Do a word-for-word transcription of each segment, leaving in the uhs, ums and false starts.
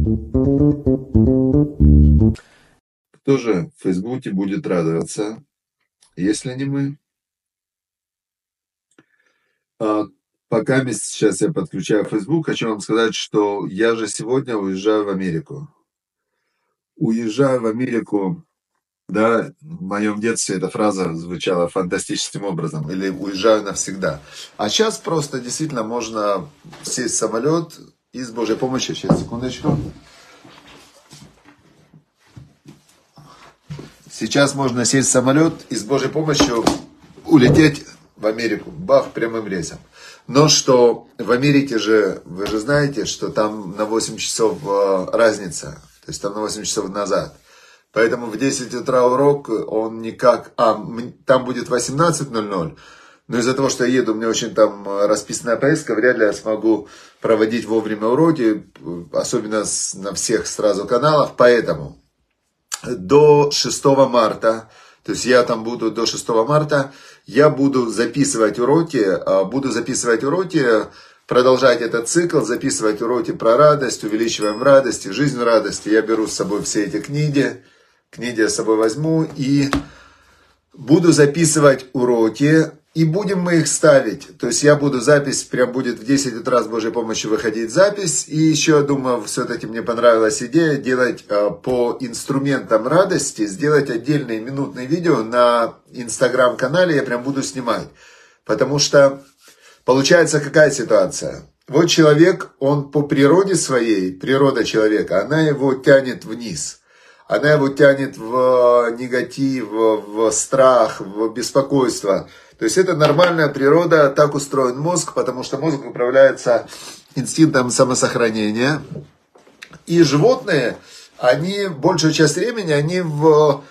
Кто же в Фейсбуке будет радоваться, если не мы? А, Пока месяц сейчас я подключаю Facebook, хочу вам сказать, что я же сегодня уезжаю в Америку. Уезжаю в Америку, да, в моем детстве эта фраза звучала фантастическим образом, или уезжаю навсегда. А сейчас просто действительно можно сесть в самолет и с Божьей помощью, сейчас, секундочку. Сейчас можно сесть в самолет и с Божьей помощью улететь в Америку. Бах, прямым рейсом. Но что в Америке же, вы же знаете, что там на восемь часов разница. То есть там на восемь часов назад. Поэтому в десять утра урок, он никак... А, там будет восемнадцать ноль ноль. Но из-за того, что я еду, у меня очень там расписанная поездка, вряд ли я смогу проводить вовремя уроки. Особенно на всех сразу каналах. Поэтому до шестого марта... То есть я там буду до шестого марта, я буду записывать уроки, буду записывать уроки, продолжать этот цикл, записывать уроки про радость, увеличиваем радость, жизнь в радости. Я беру с собой все эти книги, книги я с собой возьму и буду записывать уроки. И будем мы их ставить. То есть я буду запись, прям будет в десять утра с Божьей помощью выходить запись. И еще, думаю, все-таки мне понравилась идея делать по инструментам радости, сделать отдельные минутные видео на инстаграм-канале, я прям буду снимать. Потому что получается какая ситуация? Вот человек, он по природе своей, природа человека, она его тянет вниз. Она его тянет в негатив, в страх, в беспокойство. То есть это нормальная природа, так устроен мозг, потому что мозг управляется инстинктом самосохранения. И животные, они большую часть времени, они в,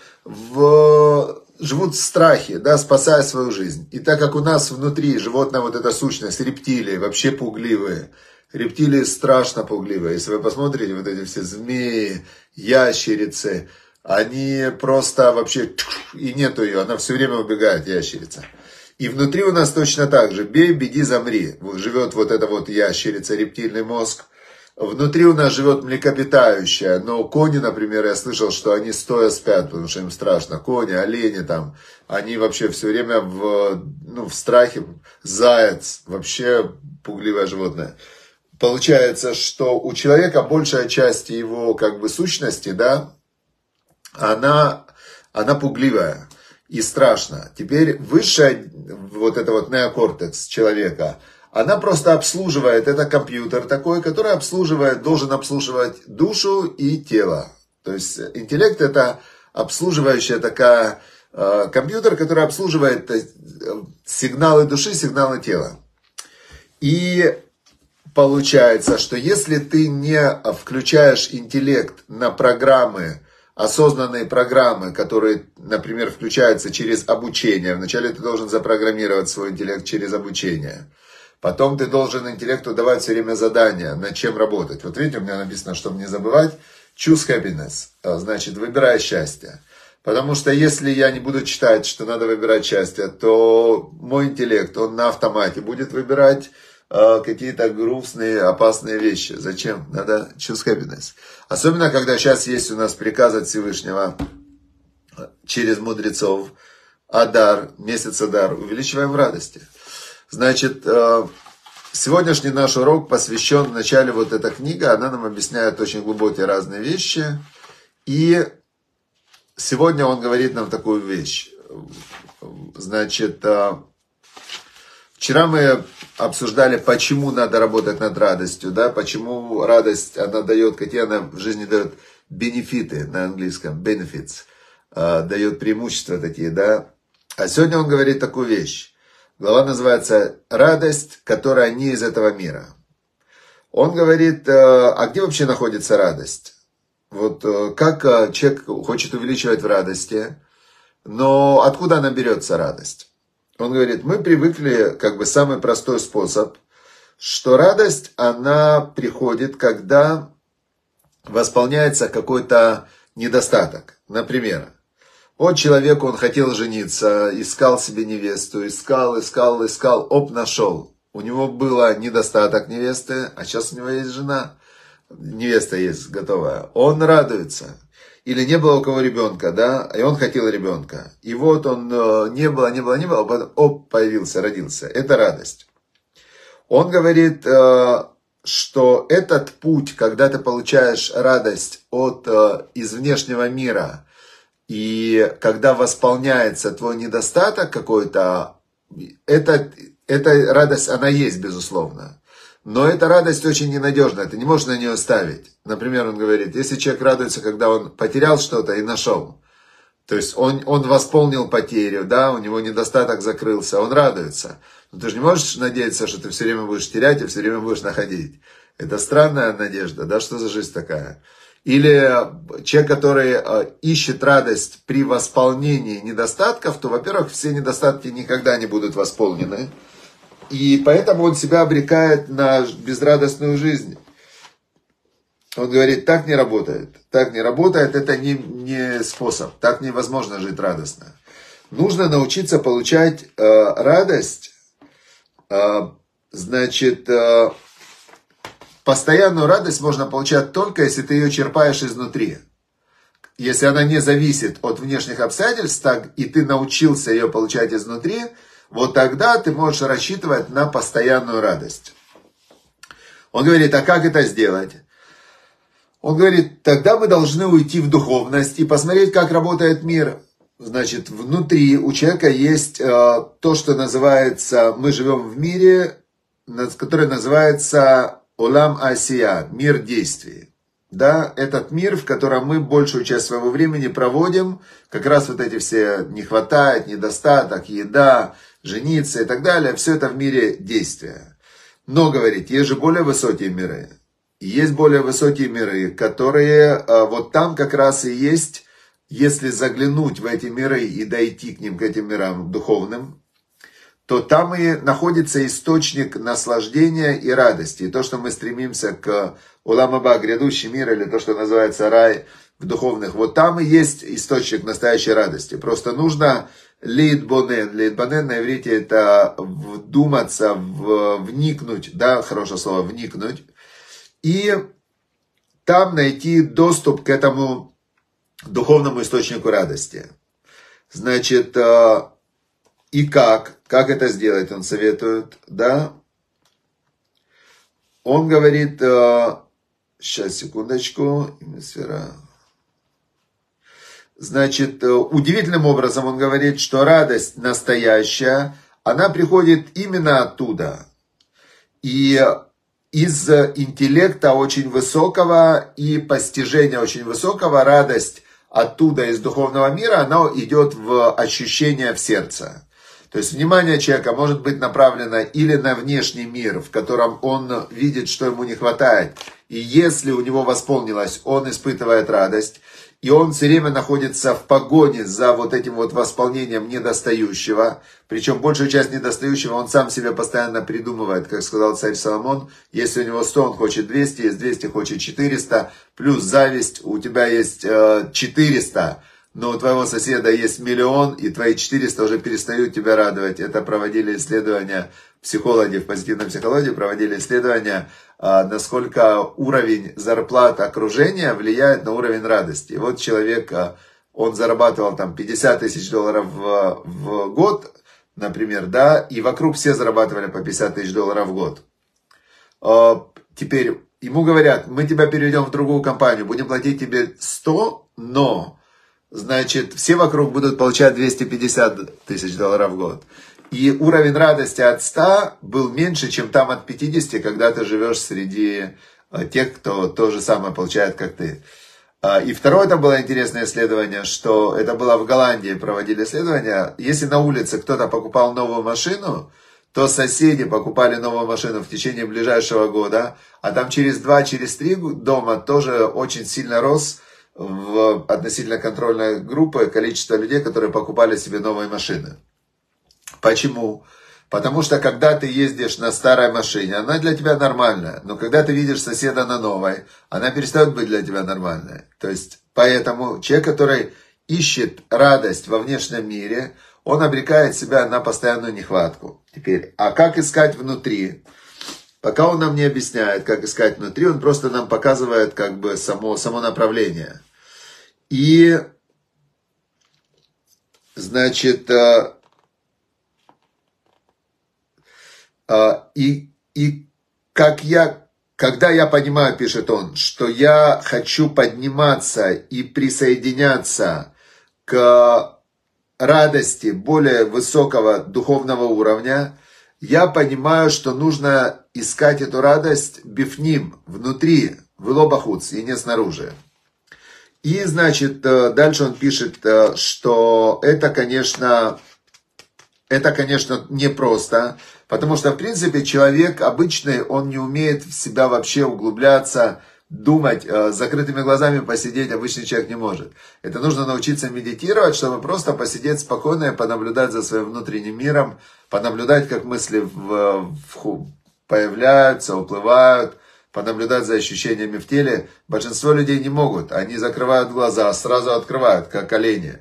в, живут в страхе, да, спасая свою жизнь. И так как у нас внутри животное, вот эта сущность, рептилии, вообще пугливые. Рептилии страшно пугливые. Если вы посмотрите, вот эти все змеи, ящерицы, они просто вообще, и нету ее, она все время убегает, ящерица. И внутри у нас точно так же, бей, беги, замри. Живет вот эта вот ящерица, рептильный мозг. Внутри у нас живет млекопитающее, но кони, например, я слышал, что они стоя спят, потому что им страшно. Кони, олени там, они вообще все время в, ну, в страхе. Заяц, вообще пугливое животное. Получается, что у человека большая часть его как бы сущности, да, она, она пугливая и страшна. Теперь высшая, вот это вот неокортекс человека, она просто обслуживает, это компьютер такой, который обслуживает, должен обслуживать душу и тело. То есть интеллект это обслуживающая такая, э, компьютер, который обслуживает сигналы души, сигналы тела. И получается, что если ты не включаешь интеллект на программы, осознанные программы, которые, например, включаются через обучение. Вначале ты должен запрограммировать свой интеллект через обучение. Потом ты должен интеллекту давать все время задания, над чем работать. Вот видите, у меня написано, чтобы не забывать. Choose happiness. Значит, выбирай счастье. Потому что если я не буду читать, что надо выбирать счастье, то мой интеллект, он на автомате будет выбирать какие-то грустные, опасные вещи. Зачем? Надо choose happiness. Особенно, когда сейчас есть у нас приказ от Всевышнего через мудрецов. Адар, месяц Адар, увеличиваем в радости. Значит, сегодняшний наш урок посвящен вначале вот эта книга. Она нам объясняет очень глубокие разные вещи. И сегодня он говорит нам такую вещь. Значит, вчера мы обсуждали, почему надо работать над радостью, да, почему радость, она дает, какие она в жизни дает бенефиты на английском, benefits, э, дает преимущества такие, да. А сегодня он говорит такую вещь. Глава называется «Радость, которая не из этого мира». Он говорит, э, а где вообще находится радость? Вот э, как э, человек хочет увеличивать в радости, но откуда она берется, радость? Он говорит, мы привыкли, как бы самый простой способ, что радость, она приходит, когда восполняется какой-то недостаток. Например, вот человек, он хотел жениться, искал себе невесту, искал, искал, искал, оп, нашел. У него был недостаток невесты, а сейчас у него есть жена. невеста есть готовая, он радуется. Или не было у кого ребенка, да, и он хотел ребенка. И вот он не было, не было, не было, а потом, оп, появился, родился. Это радость. Он говорит, что этот путь, когда ты получаешь радость от, из внешнего мира, и когда восполняется твой недостаток какой-то, это, эта радость, она есть, безусловно. Но эта радость очень ненадежная, ты не можешь на нее ставить. Например, он говорит, если человек радуется, когда он потерял что-то и нашел, то есть он, он восполнил потерю, да, у него недостаток закрылся, он радуется. Но ты же не можешь надеяться, что ты все время будешь терять и все время будешь находить. Это странная надежда, да, что за жизнь такая? Или человек, который ищет радость при восполнении недостатков, то, во-первых, все недостатки никогда не будут восполнены. И поэтому он себя обрекает на безрадостную жизнь. Он говорит, так не работает. Так не работает, это не, не способ. Так невозможно жить радостно. Нужно научиться получать э, радость, э, значит, э, постоянную радость можно получать только, если ты ее черпаешь изнутри. Если она не зависит от внешних обстоятельств, так, и ты научился ее получать изнутри, вот тогда ты можешь рассчитывать на постоянную радость. Он говорит, а как это сделать? Он говорит, тогда мы должны уйти в духовность и посмотреть, как работает мир. Значит, внутри у человека есть э, то, что называется, мы живем в мире, который называется Олам Асия, мир действий. Да, этот мир, в котором мы большую часть своего времени проводим, как раз вот эти все не хватает, недостаток, еда, жениться и так далее, все это в мире действия. Но, говорит, есть же более высокие миры. Есть более высокие миры, которые вот там как раз и есть, если заглянуть в эти миры и дойти к ним, к этим мирам духовным, то там и находится источник наслаждения и радости. И то, что мы стремимся к Улам Аба, грядущий мир, или то, что называется рай в духовных, вот там и есть источник настоящей радости. Просто нужно лейтбонен. Лейтбонен на иврите это вдуматься, в, вникнуть, да, хорошее слово, вникнуть. И там найти доступ к этому духовному источнику радости. Значит, и как? Как это сделать, он советует, да? Он говорит, сейчас, секундочку, сфера. Значит, удивительным образом он говорит, что радость настоящая, она приходит именно оттуда. И из интеллекта очень высокого и постижения очень высокого радость оттуда, из духовного мира, она идет в ощущение в сердце. То есть внимание человека может быть направлено или на внешний мир, в котором он видит, что ему не хватает. И если у него восполнилось, он испытывает радость. И он все время находится в погоне за вот этим вот восполнением недостающего. Причем большую часть недостающего он сам себе постоянно придумывает. Как сказал царь Соломон, если у него сто, он хочет двести, если двести, хочет четыреста. Плюс зависть, у тебя есть четыреста. Но у твоего соседа есть миллион, и твои четыреста уже перестают тебя радовать. Это проводили исследования, психологи в позитивной психологии проводили исследования, насколько уровень зарплат окружения влияет на уровень радости. И вот человек, он зарабатывал там пятьдесят тысяч долларов в, в год, например, да, и вокруг все зарабатывали по пятьдесят тысяч долларов в год. Теперь ему говорят, мы тебя переведем в другую компанию, будем платить тебе сто, но... Значит, все вокруг будут получать двести пятьдесят тысяч долларов в год. И уровень радости от ста был меньше, чем там от пятидесяти, когда ты живешь среди тех, кто то же самое получает, как ты. И второе, это было интересное исследование, что это было в Голландии, проводили исследование. Если на улице кто-то покупал новую машину, то соседи покупали новую машину в течение ближайшего года, а там через два, через три дома тоже очень сильно рос в относительно контрольной группы количество людей, которые покупали себе новые машины. Почему? Потому что когда ты ездишь на старой машине, она для тебя нормальная, но когда ты видишь соседа на новой, она перестает быть для тебя нормальной. То есть, поэтому человек, который ищет радость во внешнем мире, он обрекает себя на постоянную нехватку. Теперь, а как искать внутри? пока он нам не объясняет, как искать внутри, он просто нам показывает как бы само, само направление. И, значит, а, а, и, и как я, когда я понимаю, пишет он, что я хочу подниматься и присоединяться к радости более высокого духовного уровня, я понимаю, что нужно искать эту радость бифним, внутри, в лобахуц, и не снаружи. И, значит, дальше он пишет, что это, конечно, это, конечно, непросто, потому что, в принципе, человек обычный, он не умеет в себя вообще углубляться, думать, с закрытыми глазами посидеть обычный человек не может. Это нужно научиться медитировать, чтобы просто посидеть спокойно и понаблюдать за своим внутренним миром, понаблюдать, как мысли в, в, появляются, уплывают, понаблюдать за ощущениями в теле. Большинство людей не могут. Они закрывают глаза, сразу открывают, как олени.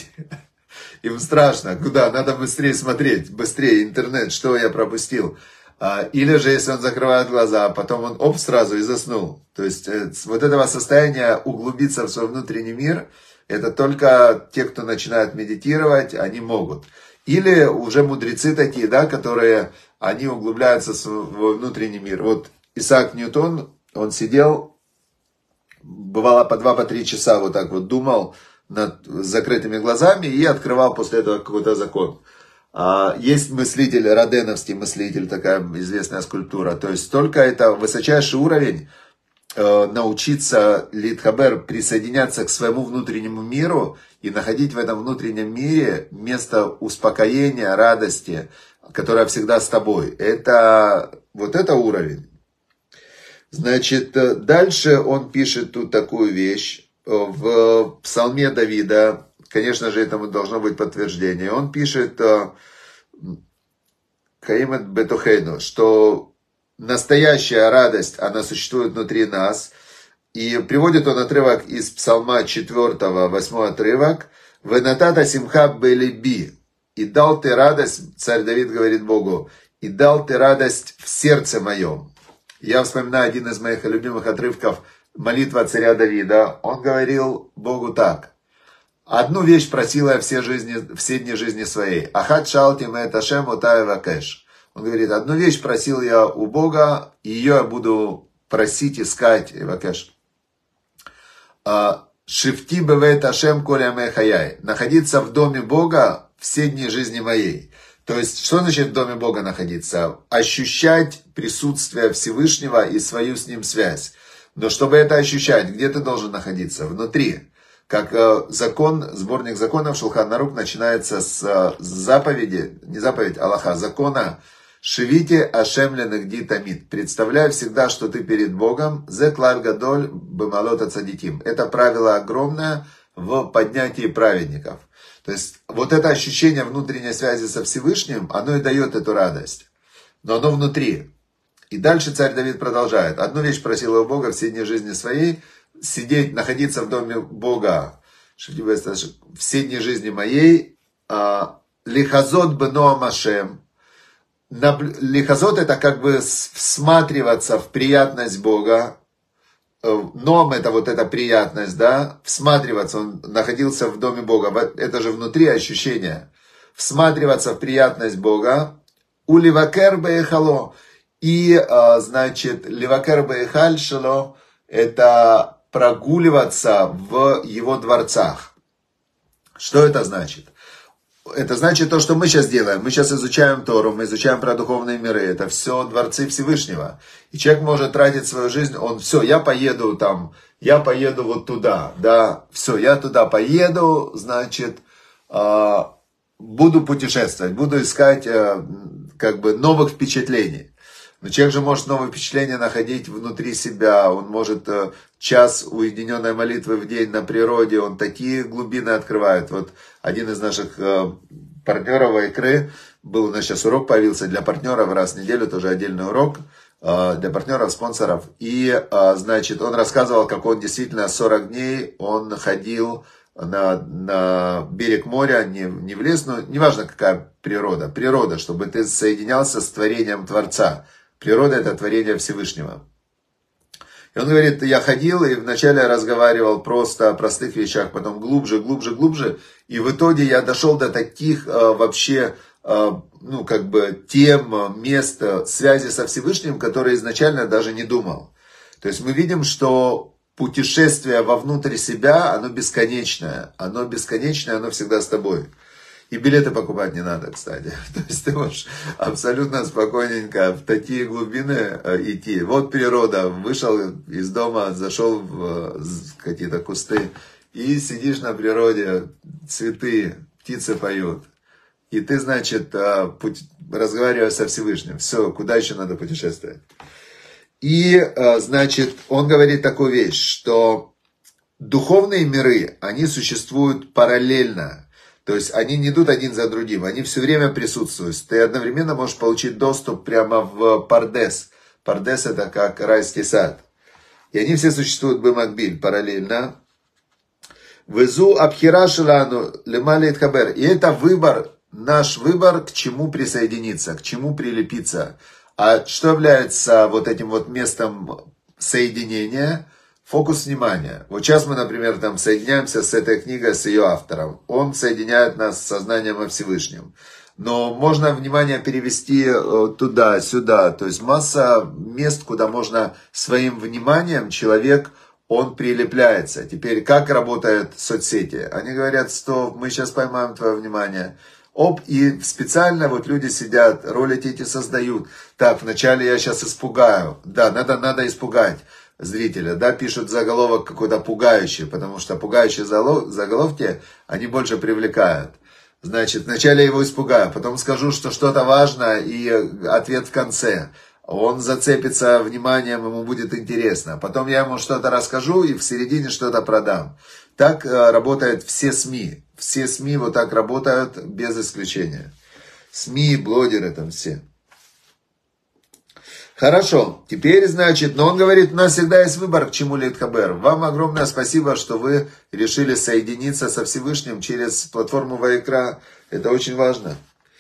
Им страшно. Куда? Надо быстрее смотреть. Быстрее интернет. Что я пропустил? Или же, если он закрывает глаза, потом он оп, сразу и заснул. То есть, вот этого состояния углубиться в свой внутренний мир, это только те, кто начинает медитировать, они могут. Или уже мудрецы такие, да, которые, они углубляются в свой внутренний мир. Вот Исаак Ньютон, он сидел, бывало по два, по три часа вот так вот думал над закрытыми глазами и открывал после этого какой-то закон. Есть мыслитель, роденовский мыслитель, такая известная скульптура. То есть только это высочайший уровень, научиться литхабер, присоединяться к своему внутреннему миру и находить в этом внутреннем мире место успокоения, радости, которая всегда с тобой. Это вот это уровень. Значит, дальше он пишет тут такую вещь. В псалме Давида, конечно же, этому должно быть подтверждение. Он пишет, Каимет Бетухейну, что настоящая радость, она существует внутри нас. И приводит он отрывок из Псалма четвёртого, восьмой отрывок. «Венатата симха белиби». «И дал ты радость», царь Давид говорит Богу, «и дал ты радость в сердце моем». Я вспоминаю один из моих любимых отрывков, молитва царя Давида. Он говорил Богу так. «Одну вещь просила я все, жизни, все дни жизни своей. Ахат шалти мэт ашем утаева кэш». Он говорит, одну вещь просил я у Бога, и ее я буду просить, искать, эвакэш. «Шифти бэвэт ашем коля мэхаяй». Находиться в доме Бога все дни жизни моей. То есть, что значит в доме Бога находиться? Ощущать присутствие Всевышнего и свою с Ним связь. Но чтобы это ощущать, где ты должен находиться? Внутри. Как э, закон, сборник законов Шулхан Арух начинается с э, заповеди, не заповедь, Аллаха, закона «Шивите Ашем ленегди тамид». Представляй всегда, что ты перед Богом. «Зе клаль гадоль бемалота цадиким». Это правило огромное в поднятии праведников. То есть, вот это ощущение внутренней связи со Всевышним, оно и дает эту радость. Но оно внутри. И дальше царь Давид продолжает. Одну вещь просил у Бога все дни жизни своей. Сидеть, находиться в доме Бога все дни жизни моей. Лихазот беноам Ашем. Лихазот это как бы всматриваться в приятность Бога. Ном это вот эта приятность, да, всматриваться, он находился в доме Бога, это же внутри ощущение, всматриваться в приятность Бога, у ливакер беехало, и, значит, ливакер беехаль шело, это прогуливаться в его дворцах. Что это значит? Это значит то, что мы сейчас делаем. Мы сейчас изучаем Тору, мы изучаем про духовные миры. Это все дворцы Всевышнего. И человек может тратить свою жизнь, он все, я поеду там, я поеду вот туда, да, все, я туда поеду, значит, буду путешествовать, буду искать как бы новых впечатлений. Но человек же может новые впечатления находить внутри себя, он может час уединенной молитвы в день на природе, он такие глубины открывает. Вот один из наших партнеров Айкры, был у нас сейчас урок появился для партнеров раз в неделю, тоже отдельный урок для партнеров, спонсоров. И, значит, он рассказывал, как он действительно сорок дней, он ходил на, на берег моря, не, не в лес, но неважно какая природа, природа, чтобы ты соединялся с творением Творца. Природа – это творение Всевышнего. И он говорит, я ходил и вначале разговаривал просто о простых вещах, потом глубже, глубже, глубже. И в итоге я дошел до таких э, вообще, э, ну, как бы, тем, мест, связи со Всевышним, которые изначально даже не думал. То есть мы видим, что путешествие вовнутрь себя, оно бесконечное. Оно бесконечное, оно всегда с тобой. И билеты покупать не надо, кстати. То есть ты можешь абсолютно спокойненько в такие глубины идти. Вот природа. Вышел из дома, зашел в какие-то кусты. И сидишь на природе, цветы, птицы поют. И ты, значит, разговариваешь со Всевышним. Все, куда еще надо путешествовать? И, значит, он говорит такую вещь, что духовные миры, они существуют параллельно. То есть они не идут один за другим, они все время присутствуют. Ты одновременно можешь получить доступ прямо в Пардес. Пардес это как райский сад. И они все существуют бимакбиль, параллельно. Везу абхира шелану лемалит хабер. И это выбор, наш выбор, к чему присоединиться, к чему прилепиться. А что является вот этим вот местом соединения? Фокус внимания. Вот сейчас мы, например, там соединяемся с этой книгой, с ее автором. Он соединяет нас с сознанием о Всевышнем. Но можно внимание перевести туда, сюда. То есть масса мест, куда можно своим вниманием человек, он прилепляется. Теперь, как работают соцсети? Они говорят, что мы сейчас поймаем твое внимание. Оп, и специально вот люди сидят, ролики эти создают. Так, вначале я сейчас испугаю. Да, надо, надо испугать зрителя, да, пишут заголовок какой-то пугающий, потому что пугающие заголовки, они больше привлекают. Значит, вначале я его испугаю, потом скажу, что что-то важно, и ответ в конце. Он зацепится вниманием, ему будет интересно. Потом я ему что-то расскажу, и в середине что-то продам. Так работают все СМИ. Все СМИ вот так работают без исключения. СМИ, блогеры там все. Хорошо, теперь, значит, но он говорит, у нас всегда есть выбор, к чему литхабер. Вам огромное спасибо, что вы решили соединиться со Всевышним через платформу Вайкра. Это очень важно.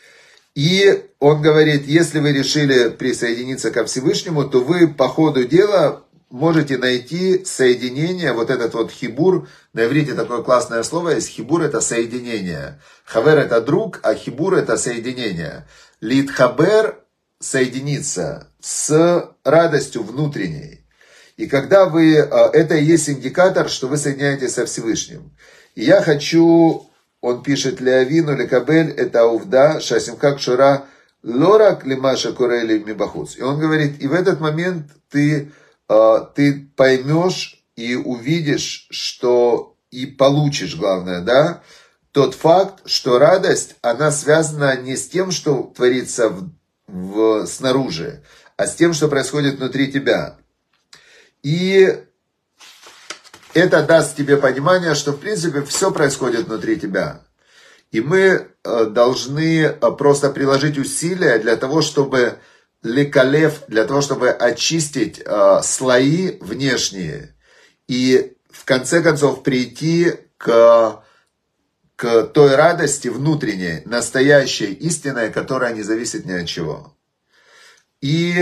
И он говорит, если вы решили присоединиться ко Всевышнему, то вы по ходу дела можете найти соединение, вот этот вот хибур. На иврите такое классное слово есть. Хибур это соединение. Хавер это друг, а хибур это соединение. Литхабер соединиться с радостью внутренней. И когда вы, это и есть индикатор, что вы соединяетесь со Всевышним. И я хочу, он пишет, Леавину, Лекабель, это Увда, Шасимхак Шура, Лорак Лимаша Курели Мибахуц. И он говорит, и в этот момент ты, ты поймешь и увидишь, что и получишь, главное, да, тот факт, что радость, она связана не с тем, что творится в В, снаружи, а с тем, что происходит внутри тебя. И это даст тебе понимание, что в принципе все происходит внутри тебя. И мы должны просто приложить усилия для того, чтобы лекалев, для того, чтобы очистить слои внешние. И в конце концов прийти к к той радости внутренней, настоящей, истинной, которая не зависит ни от чего. И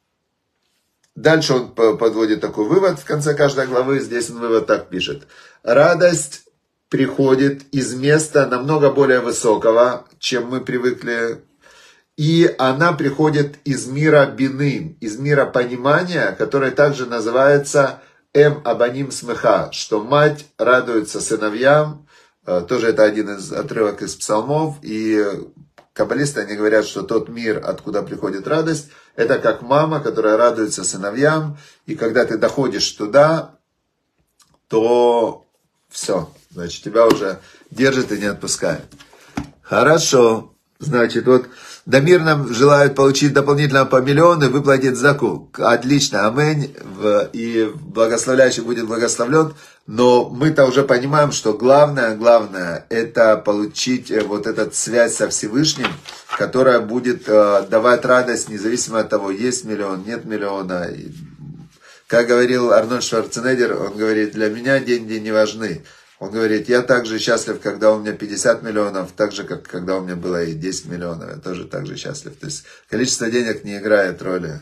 дальше он подводит такой вывод в конце каждой главы, здесь он вывод так пишет. Радость приходит из места намного более высокого, чем мы привыкли, и она приходит из мира бины, из мира понимания, который также называется эм абаним смеха, что мать радуется сыновьям. Тоже это один из отрывок из псалмов, и каббалисты, они говорят, что тот мир, откуда приходит радость, это как мама, которая радуется сыновьям, и когда ты доходишь туда, то все, значит, тебя уже держит и не отпускает. Хорошо, значит, вот Дамир нам желает получить дополнительно по миллиону и выплатить заку. Отлично, аминь, и благословляющий будет благословлен. Но мы-то уже понимаем, что главное, главное, это получить вот эту связь со Всевышним, которая будет давать радость, независимо от того, есть миллион, нет миллиона. Как говорил Арнольд Шварценеггер, он говорит, для меня деньги не важны. Он говорит, я также счастлив, когда у меня пятьдесят миллионов, так же, как когда у меня было и десять миллионов. Я тоже так же счастлив. То есть количество денег не играет роли.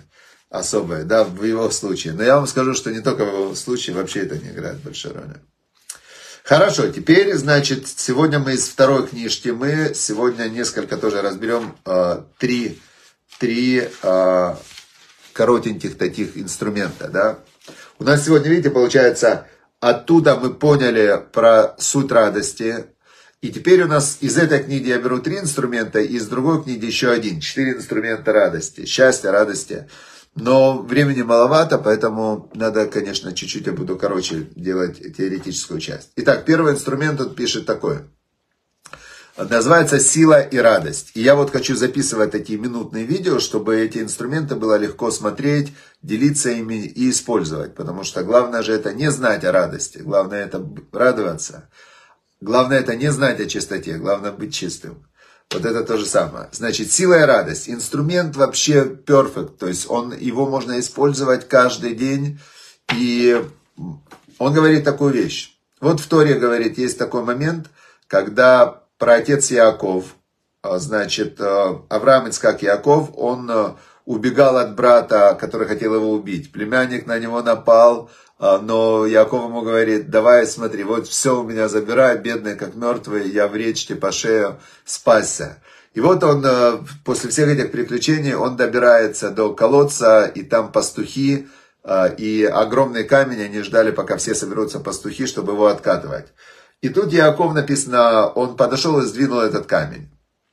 особое, да, в его случае. Но я вам скажу, что не только в его случае, вообще это не играет большой роли. Хорошо, теперь, значит, сегодня мы из второй книжки, мы сегодня несколько тоже разберем э, три, три э, коротеньких таких инструмента, да. У нас сегодня, видите, получается, оттуда мы поняли про суть радости. И теперь у нас из этой книги я беру три инструмента, и из другой книги еще один. Четыре инструмента радости, счастья, радости. Но времени маловато, поэтому надо, конечно, чуть-чуть я буду короче делать теоретическую часть. Итак, первый инструмент он пишет такой. Называется «Сила и радость». И я вот хочу записывать такие минутные видео, чтобы эти инструменты было легко смотреть, делиться ими и использовать. Потому что главное же это не знать о радости, главное это радоваться. Главное это не знать о чистоте, главное быть чистым. Вот это то же самое. Значит, сила и радость. Инструмент вообще перфект. То есть он, его можно использовать каждый день. И он говорит такую вещь. Вот в Торе говорит, есть такой момент, когда праотец Яаков, значит, Авраам, Ицхак, Яаков, он убегал от брата, который хотел его убить. Племянник на него напал. Но Яаков ему говорит, давай смотри, вот все у меня забирай, бедный как мертвый, я в речке по шею спасся. И вот он, после всех этих приключений, он добирается до колодца, и там пастухи, и огромный камень, они ждали, пока все соберутся пастухи, чтобы его откатывать. И тут Яаков, написано, он подошел и сдвинул этот камень.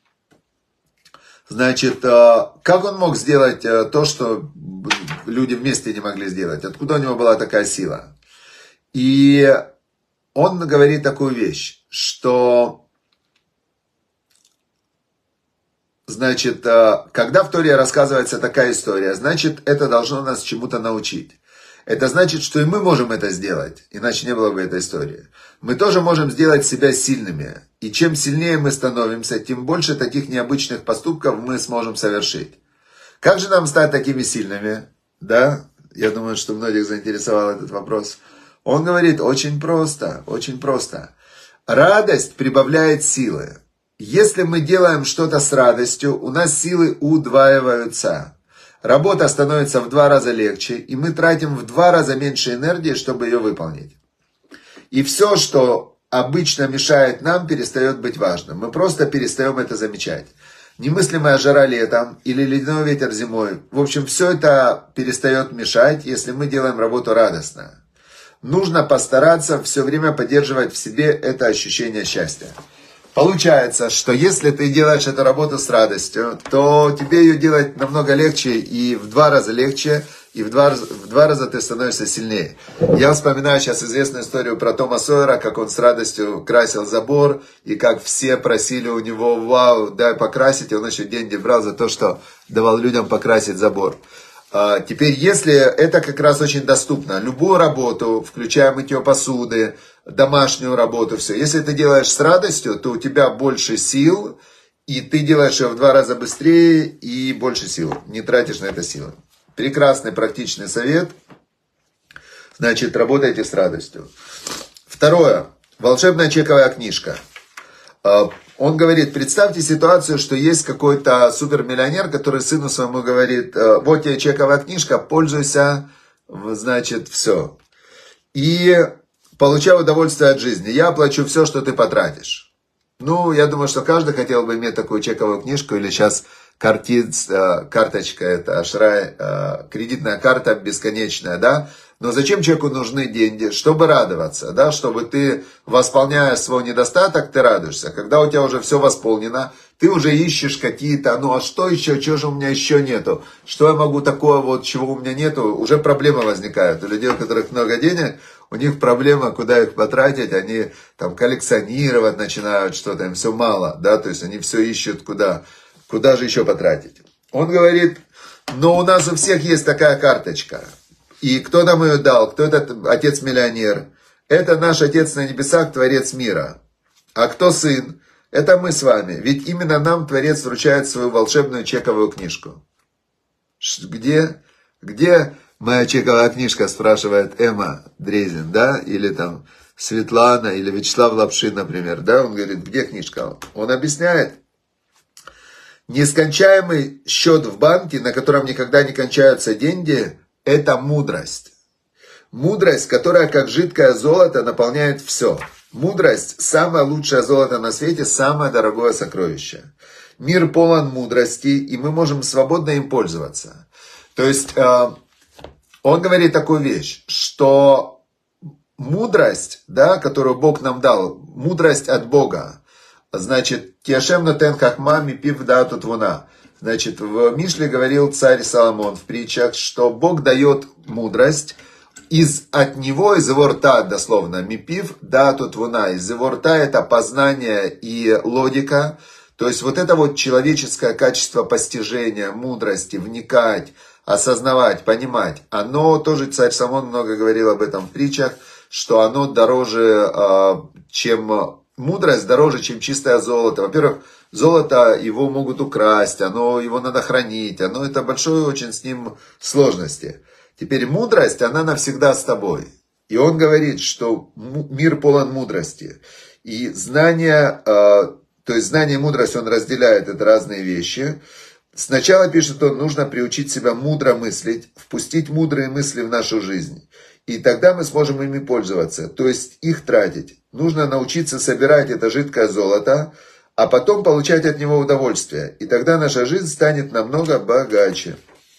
Значит, как он мог сделать то, что люди вместе не могли сделать? Откуда у него была такая сила? И он говорит такую вещь, что, значит, когда в Торе рассказывается такая история, значит, это должно нас чему-то научить. Это значит, что и мы можем это сделать, иначе не было бы этой истории. Мы тоже можем сделать себя сильными. И чем сильнее мы становимся, тем больше таких необычных поступков мы сможем совершить. Как же нам стать такими сильными? Да, я думаю, что многих заинтересовал этот вопрос. Он говорит, очень просто, очень просто. Радость прибавляет силы. Если мы делаем что-то с радостью, у нас силы удваиваются. Работа становится в два раза легче, и мы тратим в два раза меньше энергии, чтобы ее выполнить. И все, что обычно мешает нам, перестает быть важным. Мы просто перестаем это замечать. Немыслимая жара летом или ледяной ветер зимой. В общем, все это перестает мешать, если мы делаем работу радостно. Нужно постараться все время поддерживать в себе это ощущение счастья. Получается, что если ты делаешь эту работу с радостью, то тебе ее делать намного легче, и в два раза легче, и в два, в два раза ты становишься сильнее. Я вспоминаю сейчас известную историю про Тома Сойера, как он с радостью красил забор, и как все просили у него, вау, дай покрасить, и он еще деньги брал за то, что давал людям покрасить забор. Теперь, если это как раз очень доступно, любую работу, включая мытье посуды, домашнюю работу, все. Если ты делаешь с радостью, то у тебя больше сил, и ты делаешь ее в два раза быстрее и больше сил. Не тратишь на это силы. Прекрасный практичный совет. Значит, работайте с радостью. Второе. Волшебная чековая книжка. Он говорит, представьте ситуацию, что есть какой-то супермиллионер, который сыну своему говорит, вот тебе чековая книжка, пользуйся, значит, все. И получай удовольствие от жизни. Я оплачу все, что ты потратишь. Ну, я думаю, что каждый хотел бы иметь такую чековую книжку, или сейчас картиц, карточка, это ашрай, кредитная карта бесконечная, да? Но зачем человеку нужны деньги? Чтобы радоваться, да? Чтобы ты, восполняя свой недостаток, ты радуешься. Когда у тебя уже все восполнено, ты уже ищешь какие-то, ну а что еще, чего же у меня еще нету? Что я могу такое вот, чего у меня нету? Уже проблемы возникают. У людей, у которых много денег, у них проблема, куда их потратить, они там коллекционировать начинают что-то, им все мало, да? То есть они все ищут, куда, куда же еще потратить. Он говорит, но у нас у всех есть такая карточка. И кто нам ее дал? Кто этот отец-миллионер? Это наш Отец на небесах, Творец мира. А кто сын? Это мы с вами. Ведь именно нам Творец вручает свою волшебную чековую книжку. Где? Где моя чековая книжка, спрашивает Эмма Дрезин, да? Или там Светлана, или Вячеслав Лапшин, например, да? Он говорит, где книжка? Он объясняет. Нескончаемый счет в банке, на котором никогда не кончаются деньги, это мудрость. Мудрость, которая как жидкое золото наполняет все. Мудрость – самое лучшее золото на свете, самое дорогое сокровище. Мир полон мудрости, и мы можем свободно им пользоваться. То есть, э, он говорит такую вещь, что мудрость, да, которую Бог нам дал, мудрость от Бога, значит, «Тиашем нотен хахма мипив даату твуна». Значит, в Мишле говорил царь Соломон в притчах, что Бог дает мудрость, из, от него, из его рта, дословно, мипив даату твуна. Из его рта это познание и логика. То есть вот это вот человеческое качество постижения, мудрости, вникать, осознавать, понимать. Оно, тоже царь Соломон много говорил об этом в притчах, что оно дороже, чем мудрость, дороже, чем чистое золото. Во-первых, золото его могут украсть, оно, его надо хранить, оно это большое очень с ним сложности. Теперь мудрость, она навсегда с тобой. И он говорит, что мир полон мудрости. И знание, то есть знание и мудрость он разделяет, это разные вещи. Сначала пишет он, нужно приучить себя мудро мыслить, впустить мудрые мысли в нашу жизнь. И тогда мы сможем ими пользоваться, то есть их тратить. Нужно научиться собирать это жидкое золото, а потом получать от него удовольствие. И тогда наша жизнь станет намного богаче.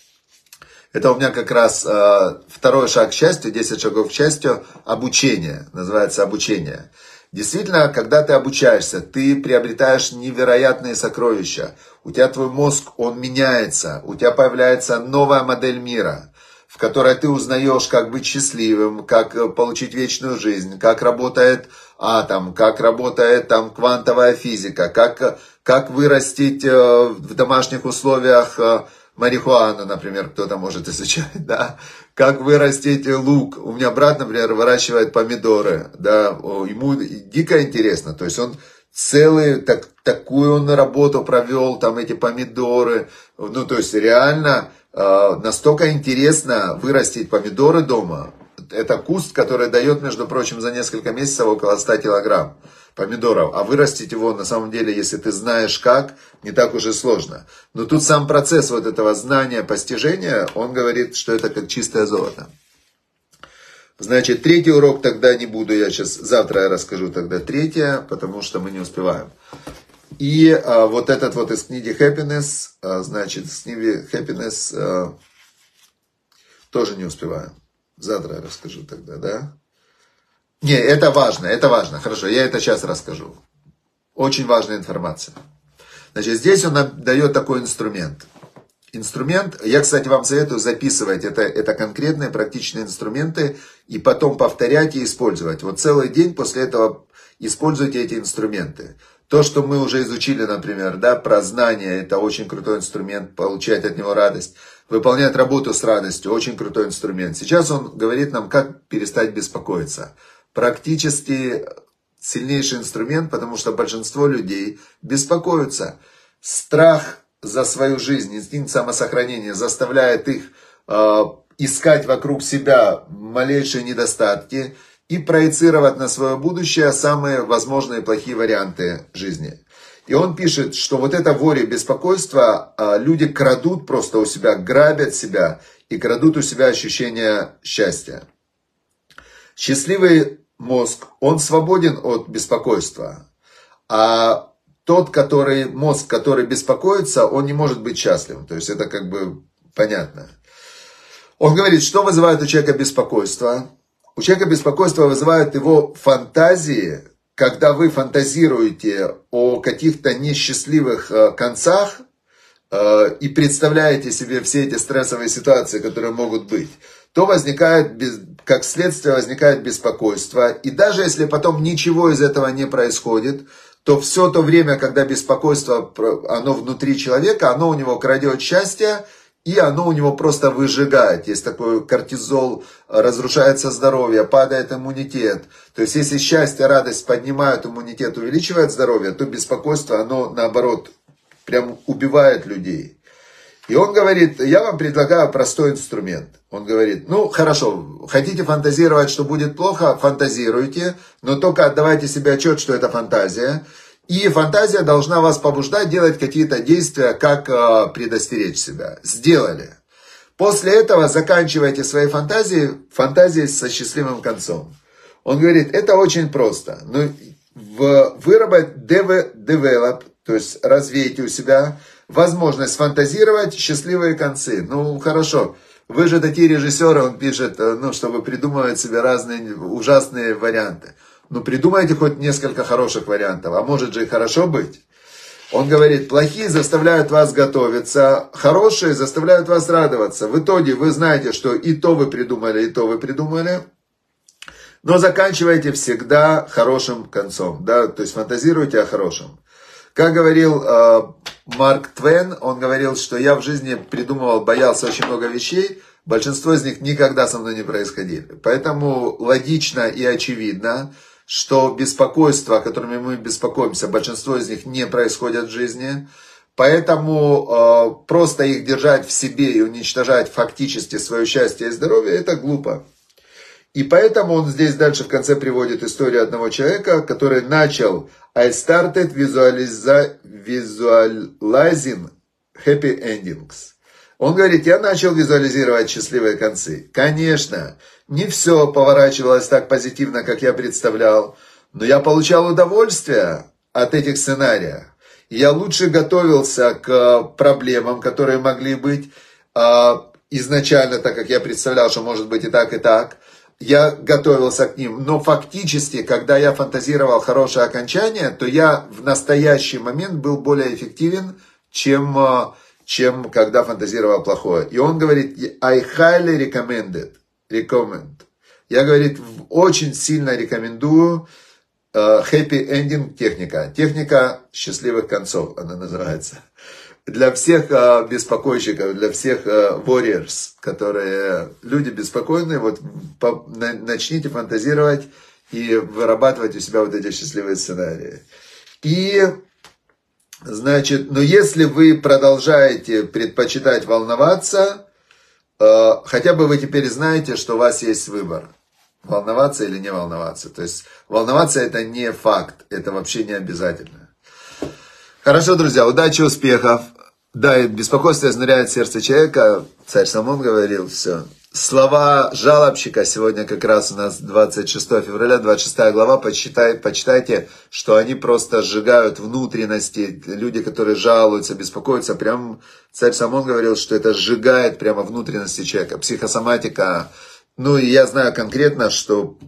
Это у меня как раз э, второй шаг к счастью, десять шагов к счастью, обучение, называется обучение. Действительно, когда ты обучаешься, ты приобретаешь невероятные сокровища. У тебя твой мозг, он меняется, у тебя появляется новая модель мира, в которой ты узнаешь, как быть счастливым, как получить вечную жизнь, как работает атом, как работает там квантовая физика, как, как вырастить э, в домашних условиях э, марихуану, например, кто-то может изучать, да, как вырастить лук. У меня брат, например, выращивает помидоры, да, ему дико интересно, то есть он целый, так, такую он работу провел, там эти помидоры, ну, то есть реально э, настолько интересно вырастить помидоры дома. Это куст, который дает, между прочим, за несколько месяцев около ста килограмм помидоров. А вырастить его, на самом деле, если ты знаешь как, не так уж и сложно. Но тут сам процесс вот этого знания, постижения, он говорит, что это как чистое золото. Значит, третий урок тогда не буду, я сейчас, завтра я расскажу тогда третье, потому что мы не успеваем. И а, вот этот вот из книги Happiness, а, значит, из книги Happiness а, тоже не успеваем. Завтра я расскажу тогда, да? Не, это важно, это важно. Хорошо, я это сейчас расскажу. Очень важная информация. Значит, здесь он нам дает такой инструмент. Инструмент, я, кстати, вам советую записывать. Это, это конкретные практичные инструменты. И потом повторять и использовать. Вот целый день после этого используйте эти инструменты. То, что мы уже изучили, например, да, про знания, это очень крутой инструмент, получать от него радость. Выполнять работу с радостью, очень крутой инструмент. Сейчас он говорит нам, как перестать беспокоиться. Практически сильнейший инструмент, потому что большинство людей беспокоятся. Страх за свою жизнь, инстинкт самосохранения заставляет их э, искать вокруг себя малейшие недостатки и проецировать на свое будущее самые возможные плохие варианты жизни. И он пишет, что вот это горе, беспокойство, люди крадут просто у себя, грабят себя и крадут у себя ощущение счастья. Счастливый мозг, он свободен от беспокойства. А тот, который, мозг, который беспокоится, он не может быть счастливым. То есть это как бы понятно. Он говорит, что вызывает у человека беспокойство? У человека беспокойство вызывает его фантазии, когда вы фантазируете о каких-то несчастливых концах и представляете себе все эти стрессовые ситуации, которые могут быть, то возникает, как следствие, возникает беспокойство. И даже если потом ничего из этого не происходит, то все то время, когда беспокойство, оно внутри человека, оно у него крадет счастье, и оно у него просто выжигает. Есть такой кортизол, разрушается здоровье, падает иммунитет. То есть, если счастье, радость поднимают иммунитет, увеличивает здоровье, то беспокойство, оно наоборот, прям убивает людей. И он говорит, я вам предлагаю простой инструмент. Он говорит, ну хорошо, хотите фантазировать, что будет плохо, фантазируйте, но только отдавайте себе отчет, что это фантазия. И фантазия должна вас побуждать делать какие-то действия, как э, предостеречь себя. Сделали. После этого заканчивайте свои фантазии, фантазии со счастливым концом. Он говорит, это очень просто. Ну, в, выработать, develop, то есть развейте у себя возможность фантазировать счастливые концы. Ну, хорошо. Вы же такие режиссеры, он пишет, ну, чтобы придумывать себе разные ужасные варианты. Ну, придумайте хоть несколько хороших вариантов, а может же и хорошо быть. Он говорит, плохие заставляют вас готовиться, хорошие заставляют вас радоваться. В итоге вы знаете, что и то вы придумали, и то вы придумали. Но заканчивайте всегда хорошим концом, да, то есть фантазируйте о хорошем. Как говорил э, Марк Твен, он говорил, что я в жизни придумывал, боялся очень много вещей, большинство из них никогда со мной не происходили. Поэтому логично и очевидно, что беспокойства, которыми мы беспокоимся, большинство из них не происходят в жизни. Поэтому э, просто их держать в себе и уничтожать фактически свое счастье и здоровье, это глупо. И поэтому он здесь дальше в конце приводит историю одного человека, который начал I started visualizing happy endings. Он говорит, я начал визуализировать счастливые концы. Конечно, не все поворачивалось так позитивно, как я представлял, но я получал удовольствие от этих сценариев. Я лучше готовился к проблемам, которые могли быть изначально, так как я представлял, что может быть и так, и так. Я готовился к ним, но фактически, когда я фантазировал хорошее окончание, то я в настоящий момент был более эффективен, чем, чем когда фантазировал плохое. И он говорит, I highly recommended, recommend. Я, говорит, очень сильно рекомендую uh, happy ending техника. Техника счастливых концов, она называется. Для всех uh, беспокойщиков, для всех uh, warriors, которые люди беспокойные, вот по, на, начните фантазировать и вырабатывать у себя вот эти счастливые сценарии. И, значит, но если вы продолжаете предпочитать волноваться, uh, хотя бы вы теперь знаете, что у вас есть выбор. Волноваться или не волноваться. То есть волноваться это не факт, это вообще не обязательно. Хорошо, друзья, удачи, успехов. Да, и беспокойство изнуряет сердце человека. Царь Соломон говорил, все. Слова жалобщика, сегодня как раз у нас двадцать шестое февраля, двадцать шестая глава, почитай, почитайте, что они просто сжигают внутренности. Люди, которые жалуются, беспокоятся, прям царь Соломон говорил, что это сжигает прямо внутренности человека. Психосоматика. Ну и я знаю конкретно, что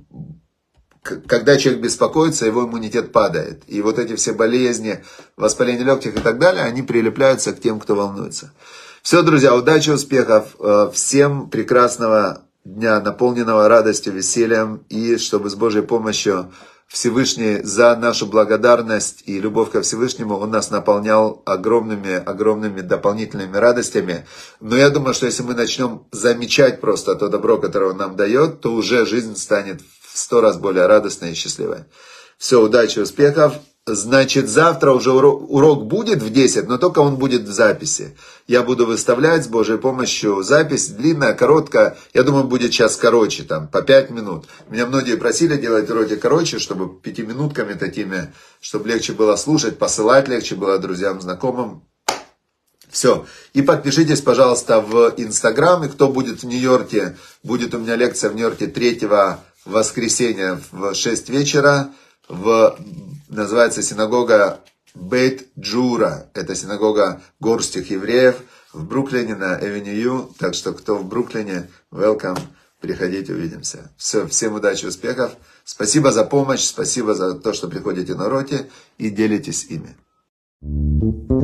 когда человек беспокоится, его иммунитет падает. И вот эти все болезни, воспаление легких и так далее, они прилепляются к тем, кто волнуется. Все, друзья, удачи, успехов. Всем прекрасного дня, наполненного радостью, весельем. И чтобы с Божьей помощью Всевышний за нашу благодарность и любовь ко Всевышнему, Он нас наполнял огромными, огромными дополнительными радостями. Но я думаю, что если мы начнем замечать просто то добро, которое Он нам дает, то уже жизнь станет в сто раз более радостной и счастливой. Все, удачи, успехов. Значит, завтра уже урок, урок будет в десять, но только он будет в записи. Я буду выставлять с Божьей помощью запись, длинная, короткая. Я думаю, будет час короче, там, по пять минут. Меня многие просили делать уроки короче, чтобы пятиминутками такими, чтобы легче было слушать, посылать легче было друзьям, знакомым. Все. И подпишитесь, пожалуйста, в Инстаграм. И кто будет в Нью-Йорке, будет у меня лекция в Нью-Йорке третьего воскресенья в шесть вечера. В, называется синагога Бейт-Джура. Это синагога горстих евреев в Бруклине на Авеню. Так что, кто в Бруклине, welcome. Приходите, увидимся. Все, всем удачи, успехов. Спасибо за помощь, спасибо за то, что приходите на уроки и делитесь ими.